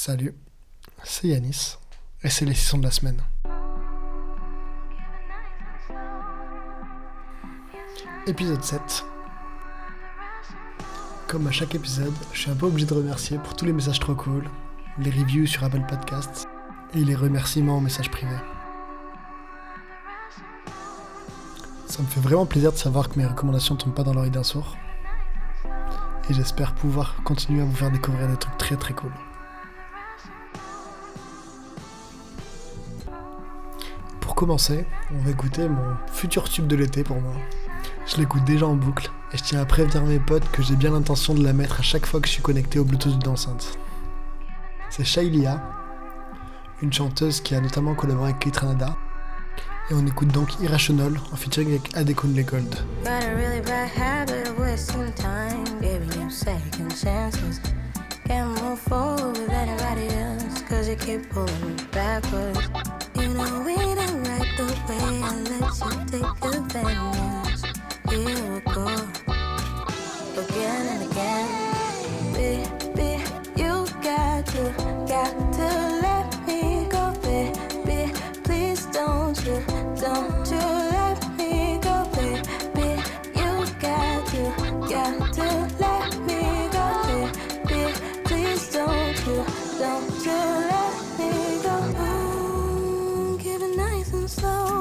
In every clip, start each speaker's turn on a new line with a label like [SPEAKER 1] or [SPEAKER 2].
[SPEAKER 1] Salut, c'est Yanis, et c'est les sessions de la semaine. Épisode 7. Comme à chaque épisode, je suis un peu obligé de remercier pour tous les messages trop cool, les reviews sur Apple Podcasts et les remerciements en messages privés. Ça me fait vraiment plaisir de savoir que mes recommandations ne tombent pas dans l'oreille d'un sourd. Et j'espère pouvoir continuer à vous faire découvrir des trucs très très cool. Pour commencer, on va écouter mon futur tube de l'été pour moi. Je l'écoute déjà en boucle et je tiens à prévenir mes potes que j'ai bien l'intention de la mettre à chaque fois que je suis connecté au Bluetooth de l'enceinte. C'est Shailia, une chanteuse qui a notamment collaboré avec Kate Ranada. Et on écoute donc Irrational en featuring avec Adekunle Gold.
[SPEAKER 2] Got a really bad habit of wasting time, giving you second chances. Can't move forward with anybody else, cause you keep pulling me backwards. You know it ain't right the way I let you take advantage. Here we go, again and again. Baby, you got to let me go, baby. Please don't you let me go, baby. You got to let me go, baby. Please don't you let me go. Give it nice and slow.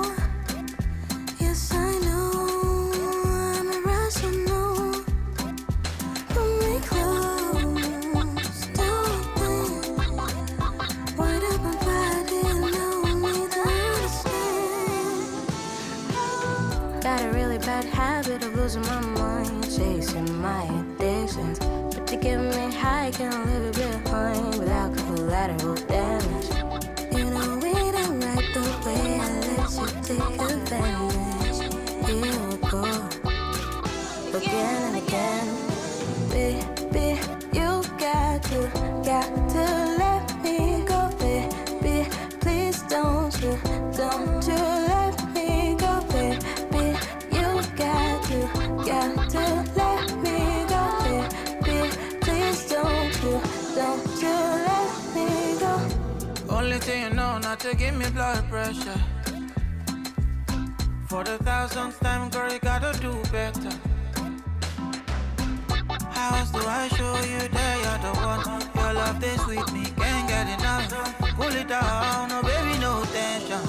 [SPEAKER 2] Yes, I know I'm irrational. Pull me close, don't think. Wide open body, no need to understand. Got a really bad habit of losing my mind, chasing my addictions. But to get me high, can't leave it behind without collateral damage. You know it ain't right the way I let you take advantage. Here we go, again and again. Baby, you got to let me go, baby. Please don't you let me go, baby. You got to let me go, baby. Please don't you let me go.
[SPEAKER 3] Only thing you know not to give me blood pressure. For the 1000th time, girl, you gotta do better. How else do I show you that you're the one? Your love they sweet me, can't get enough. Pull it down, no baby, no tension.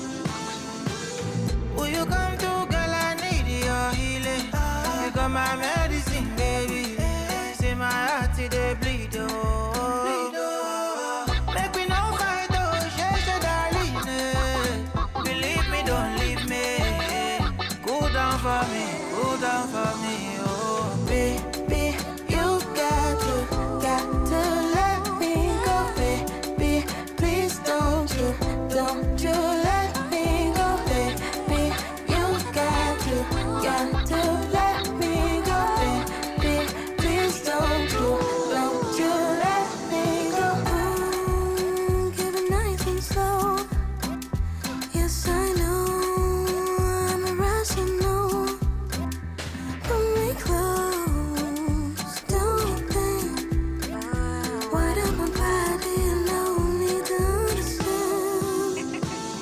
[SPEAKER 3] Will you come to, girl, I need your healing. You got my medicine, baby. See my heart, see they bleed, oh. Make me no fight, oh, share, darling, believe me, don't leave me. Go down for me, oh.
[SPEAKER 2] Baby, you got to let me go, baby. Please don't you let me go, baby. You got to let me go, baby. Please don't you let me go. Give it nice and slow. Yes, I know I'm irrational. Pull me close, don't think. Wide up my body, no need to understand.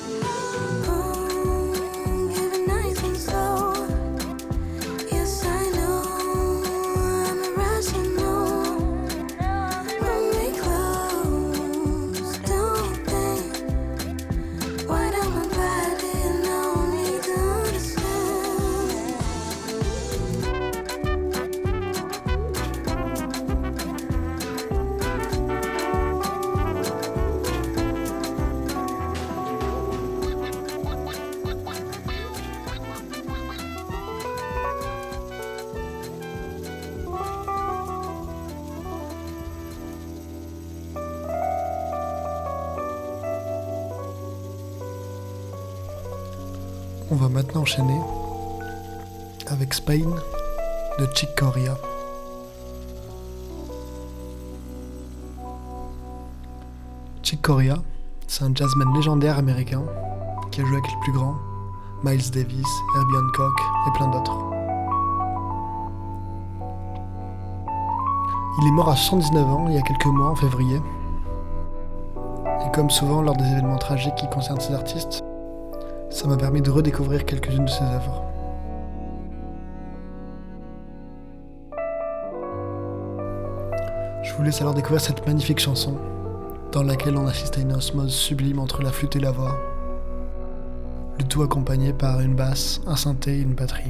[SPEAKER 2] Give it nice and slow. Yes, I know I'm irrational. Pull me close, don't think. Wide up my body, no need to understand.
[SPEAKER 1] On va maintenant enchaîner avec Spain de Chick Corea. Chick Corea, c'est un jazzman légendaire américain qui a joué avec les plus grands, Miles Davis, Herbie Hancock et plein d'autres. Il est mort à 79 ans il y a quelques mois, en février. comme souvent lors des événements tragiques qui concernent ces artistes, ça m'a permis de redécouvrir quelques-unes de ses œuvres. Je vous laisse alors découvrir cette magnifique chanson, dans laquelle on assiste à une osmose sublime entre la flûte et la voix, le tout accompagné par une basse, un synthé et une batterie.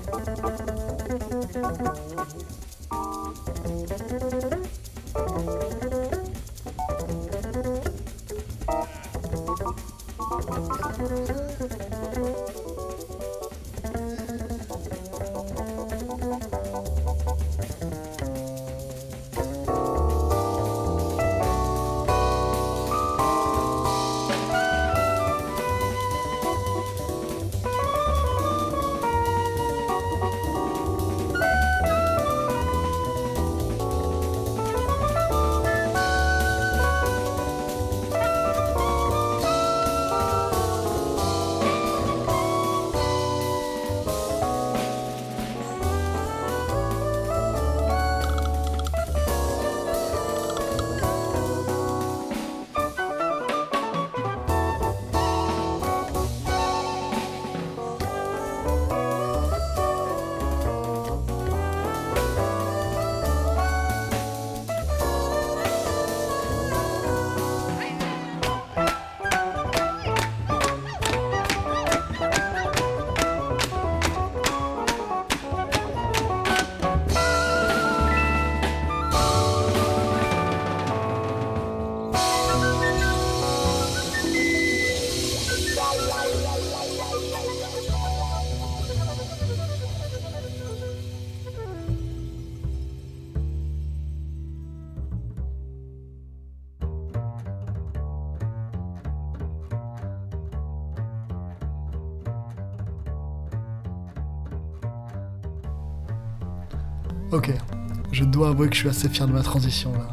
[SPEAKER 1] Ok, je dois avouer que je suis assez fier de ma transition là.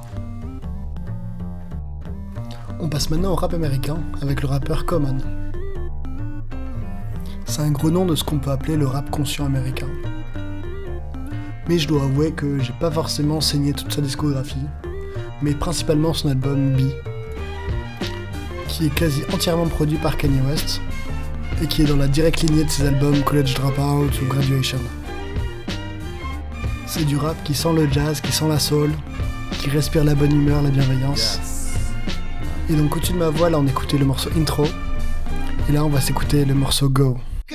[SPEAKER 1] On passe maintenant au rap américain avec le rappeur Common. C'est un gros nom de ce qu'on peut appeler le rap conscient américain. Mais je dois avouer que j'ai pas forcément saigné toute sa discographie, mais principalement son album B, qui est quasi entièrement produit par Kanye West, et qui est dans la directe lignée de ses albums College Dropout ou Graduation. C'est du rap qui sent le jazz, qui sent la soul, qui respire la bonne humeur, la bienveillance. Et donc au-dessus de ma voix, là on écoutait le morceau Intro, et là on va s'écouter le morceau Go.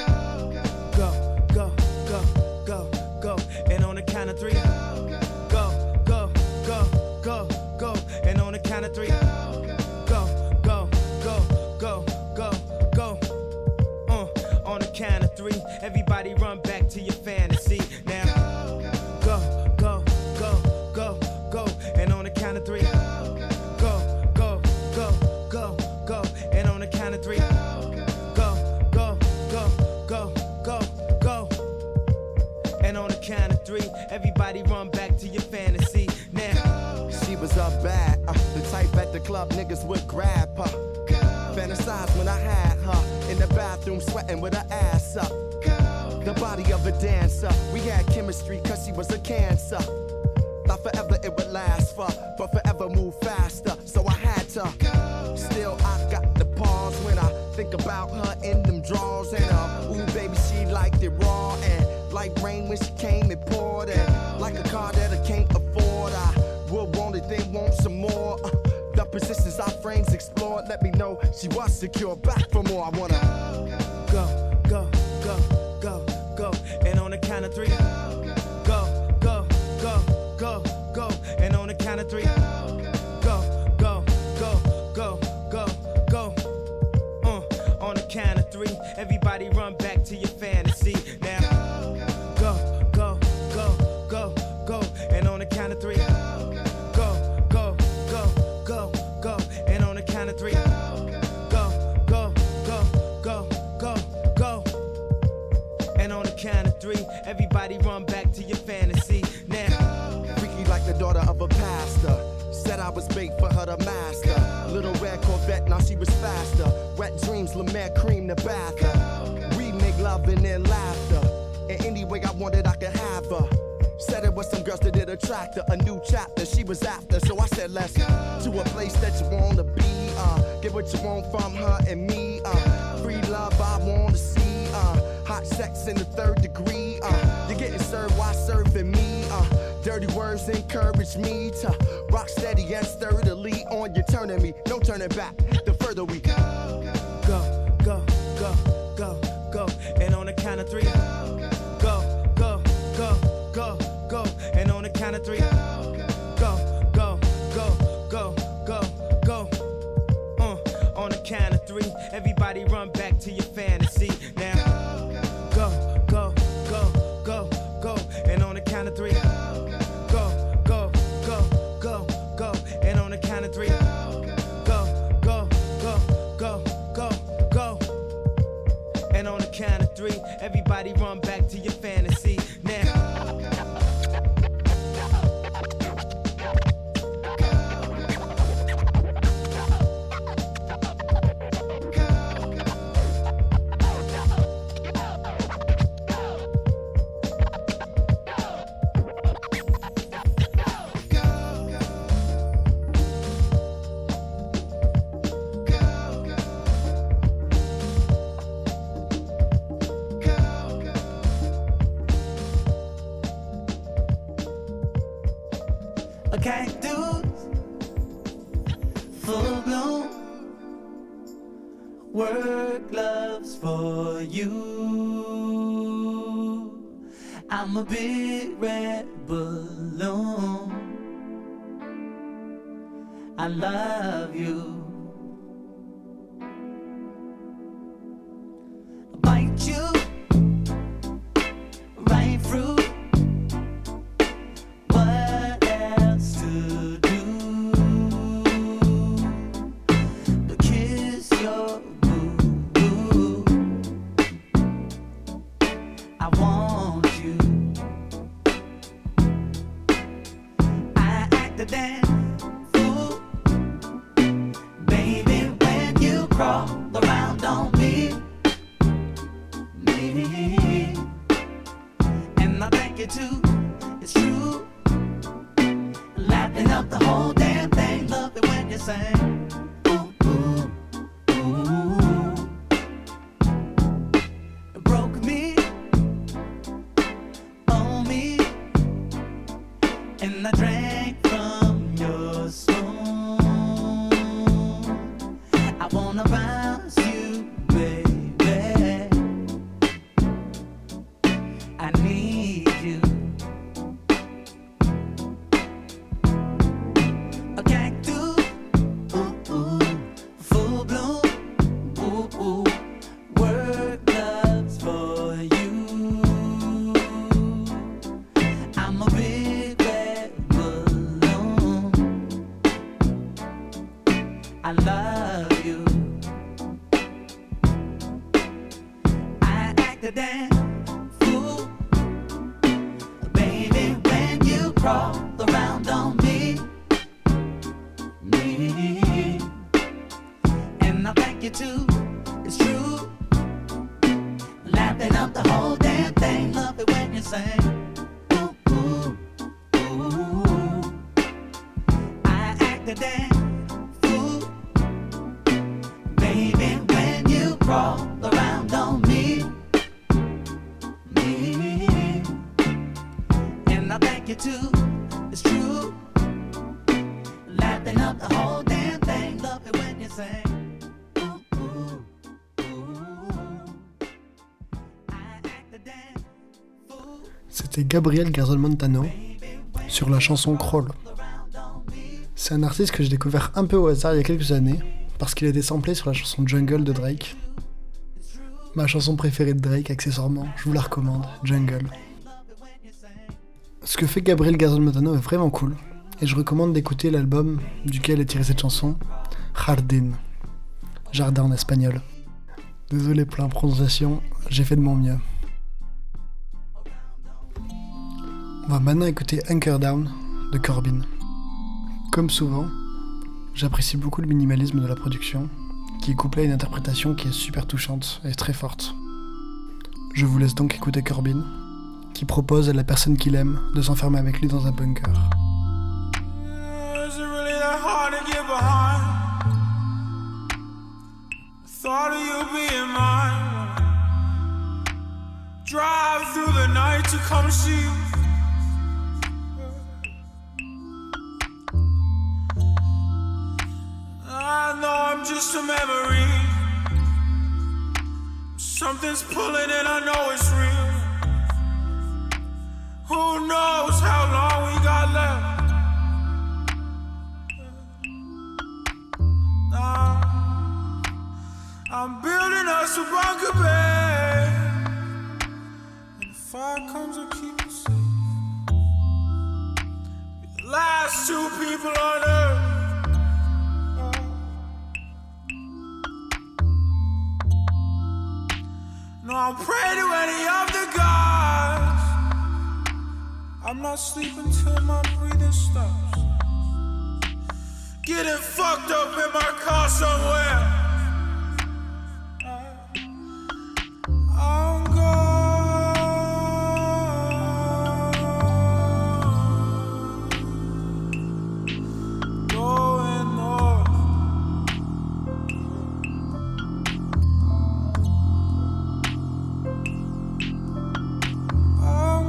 [SPEAKER 4] Niggas would grab her, fantasize when I had her in the bathroom sweating with her ass up. The body of a dancer, we had chemistry cause she was a cancer. Thought forever it would last for, but forever move faster, so I had to. Still I got the pause when I think about her in them drawers. And ooh baby she liked it raw, and like rain when she came it poured. And like a car that I can't afford, I would want it then want some more. The positions our frames explored let me know she was secure. Back for more, I wanna go, go, go, go, go. And on the count of three, go, go, go, go, go. And on the count of three, go, go, go, go, go, go. On the count of three, everybody run back to your fantasy. Now, go, go, go, go, go. And on the count of three, everybody run back to your fantasy now. Freaky like the daughter of a pastor. Said I was bait for her to master. Little red Corvette, now she was faster. Wet dreams, La Mer cream the bath. We make love and then laughter. And any way I wanted, I could have her. Said it was some girls that did attract her. A new chapter she was after. So I said let's to a place that you wanna be. Get what you want from her and me. Free love I wanna see. Hot sex in the third degree. You're getting served while serving me. Dirty words encourage me to rock steady and sturdily on your turning me. No turning back. The further we go, go, go, go, go. And on the count of three, go,
[SPEAKER 3] count of three, everybody run back to your fantasy. Now, go, go, go, go, go. And on the count of three, go, go, go, go, go. And on the count of three, go, go, go, go, go, go. And on the count of three, everybody run back to your fantasy. Now. Cactus, full bloom, work gloves for you. I'm a big red balloon. I love you. Bite you right through.
[SPEAKER 1] C'était Gabriel Garzón-Montano sur la chanson Crawl. C'est un artiste que j'ai découvert un peu au hasard il y a quelques années parce qu'il a été samplé sur la chanson Jungle de Drake. Ma chanson préférée de Drake, accessoirement, je vous la recommande, Jungle. Ce que fait Gabriel Garzón-Montano est vraiment cool et je recommande d'écouter l'album duquel est tirée cette chanson, Jardín, jardin en espagnol. Désolé pour la prononciation, j'ai fait de mon mieux. On va maintenant écouter Hunker Down de Corbin. Comme souvent, j'apprécie beaucoup le minimalisme de la production, qui est couplé à une interprétation qui est super touchante et très forte. Je vous laisse donc écouter Corbin, qui propose à la personne qu'il aime de s'enfermer avec lui dans un bunker.
[SPEAKER 5] Drive through the night to come see you. I know I'm just a memory. Something's pulling and I know it's real. Who knows how long we got left? Nah. us a bunker bed. When the fire comes, I'll keep you safe. We're the last two people on earth. No, I'll pray to any of the gods. I'm not sleeping till my breathing stops. Getting fucked up in my car somewhere. I'm going north. I'm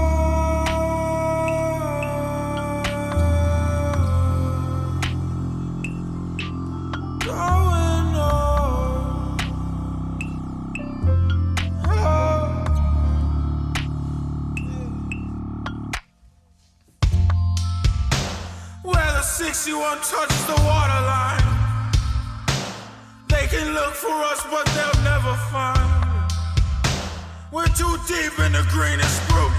[SPEAKER 5] going north. Where the 61 touches the waterline. They can look for us, but they'll never find. We're too deep in the greenest group.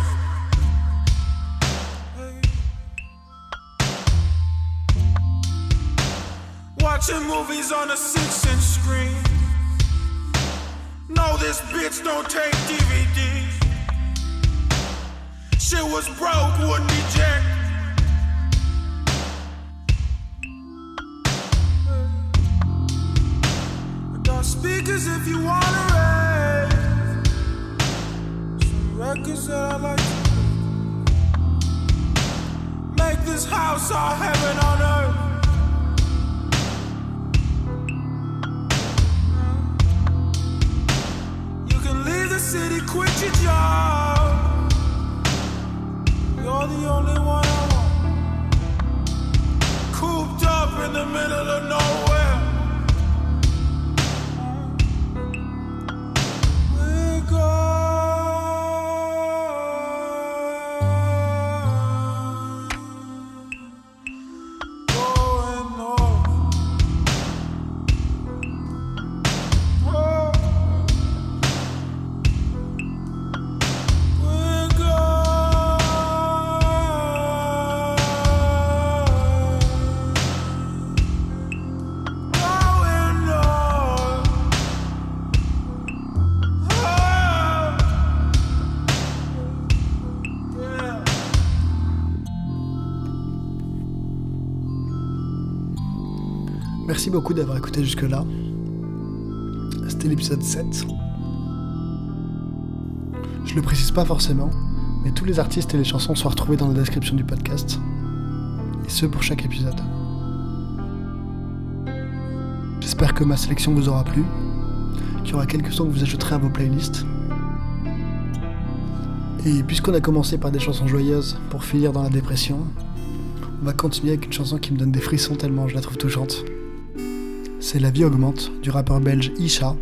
[SPEAKER 5] Watching movies on a 6-inch screen. No, this bitch don't take DVDs. Shit was broke, wouldn't eject. I got speakers if you wanna raise. Some records that I like to make this house our heaven on earth. You can leave the city, quit your job. You're the only one I want. Cooped up in the middle of nowhere. We're going north. Oh. We're going north. Oh. Yeah.
[SPEAKER 1] Merci beaucoup d'avoir écouté jusque-là. C'était l'épisode 7. Je le précise pas forcément, mais tous les artistes et les chansons sont retrouvés dans la description du podcast. Et ce pour chaque épisode. J'espère que ma sélection vous aura plu, qu'il y aura quelques sons que vous ajouterez à vos playlists. Et puisqu'on a commencé par des chansons joyeuses pour finir dans la dépression, on va continuer avec une chanson qui me donne des frissons tellement je la trouve touchante. C'est La vie augmente du rappeur belge Isha.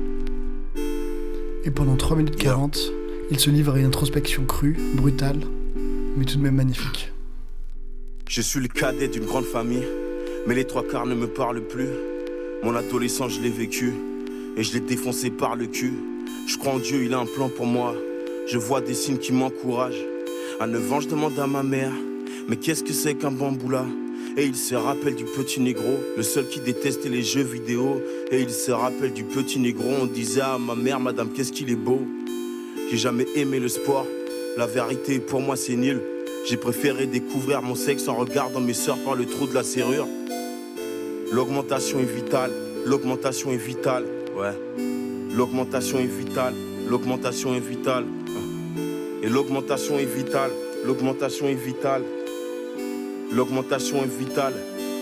[SPEAKER 1] Et pendant 3 minutes 40, il se livre à une introspection crue, brutale, mais tout de même magnifique.
[SPEAKER 6] Je suis le cadet d'une grande famille, mais les 3/4 ne me parlent plus. Mon adolescence, je l'ai vécu, et je l'ai défoncé par le cul. Je crois en Dieu, il a un plan pour moi. Je vois des signes qui m'encouragent. À 9 ans, je demande à ma mère, mais qu'est-ce que c'est qu'un bamboula? Et il se rappelle du petit négro, le seul qui détestait les jeux vidéo. Et il se rappelle du petit négro, on disait à ma mère, madame, qu'est-ce qu'il est beau. J'ai jamais aimé le sport, la vérité pour moi c'est nul. J'ai préféré découvrir mon sexe en regardant mes sœurs par le trou de la serrure. L'augmentation est vitale, l'augmentation est vitale, ouais. L'augmentation est vitale, l'augmentation est vitale. Et l'augmentation est vitale, l'augmentation est vitale. L'augmentation est vitale.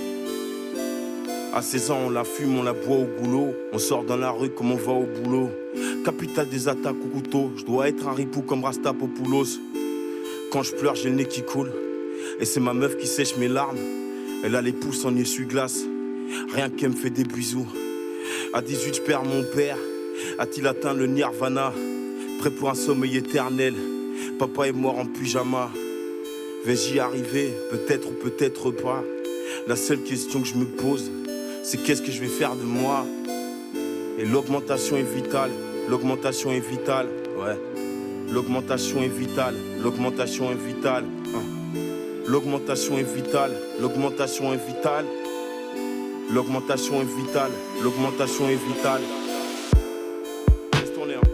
[SPEAKER 6] À 16 ans, on la fume, on la boit au goulot. On sort dans la rue comme on va au boulot. Capitale des attaques au couteau. Je dois être un ripou comme Rastapopoulos. Quand je pleure, j'ai le nez qui coule. Et c'est ma meuf qui sèche mes larmes. Elle a les pouces en essuie-glace. Rien qu'elle me fait des bisous. À 18, je perds mon père. A-t-il atteint le nirvana? Prêt pour un sommeil éternel. Papa est mort en pyjama. Vais-je y arriver? Peut-être ou peut-être pas. La seule question que je me pose, c'est qu'est-ce que je vais faire de moi? Et l'augmentation est vitale, l'augmentation est vitale, ouais. L'augmentation est vitale, l'augmentation est vitale. L'augmentation est vitale, l'augmentation est vitale. L'augmentation est vitale, l'augmentation est vitale. Laisse tourner, hein.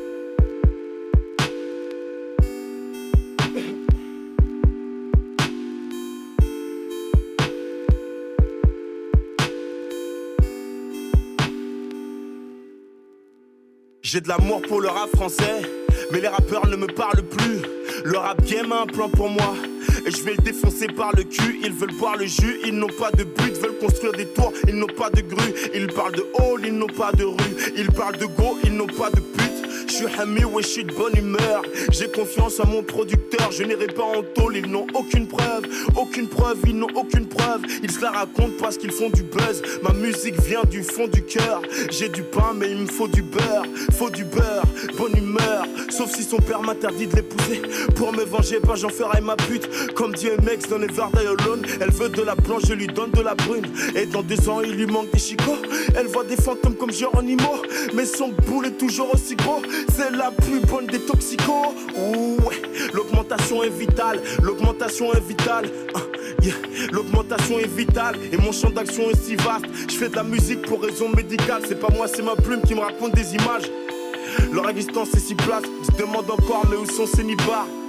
[SPEAKER 6] J'ai de l'amour pour le rap français, mais les rappeurs ne me parlent plus. Le rap game a un plan pour moi, et je vais le défoncer par le cul. Ils veulent boire le jus, ils n'ont pas de but. Veulent construire des tours, ils n'ont pas de grue. Ils parlent de hall, ils n'ont pas de rue. Ils parlent de go, ils n'ont pas de pute. Je suis Hami, ouais, je suis de bonne humeur. J'ai confiance en mon producteur, je n'irai pas en tôle. Ils n'ont aucune preuve, ils n'ont aucune preuve. Ils se la racontent parce qu'ils font du buzz. Ma musique vient du fond du cœur. J'ai du pain, mais il me faut du beurre. Bonne humeur. Sauf si son père m'interdit de l'épouser. Pour me venger, ben j'en ferai ma pute. Comme dit MX dans Never Die Alone. Elle veut de la blanche, je lui donne de la brune. Et dans 2 ans, il lui manque des chicots. Elle voit des fantômes comme Geronimo. Mais son boule est toujours aussi gros. C'est la plus bonne des toxicos. Ouais, l'augmentation est vitale. L'augmentation est vitale. Yeah. L'augmentation est vitale et mon champ d'action est si vaste. Je fais de la musique pour raison médicale. C'est pas moi, c'est ma plume qui me raconte des images. Leur existence est si plate. Ils se demandent encore mais où sont ces nibards.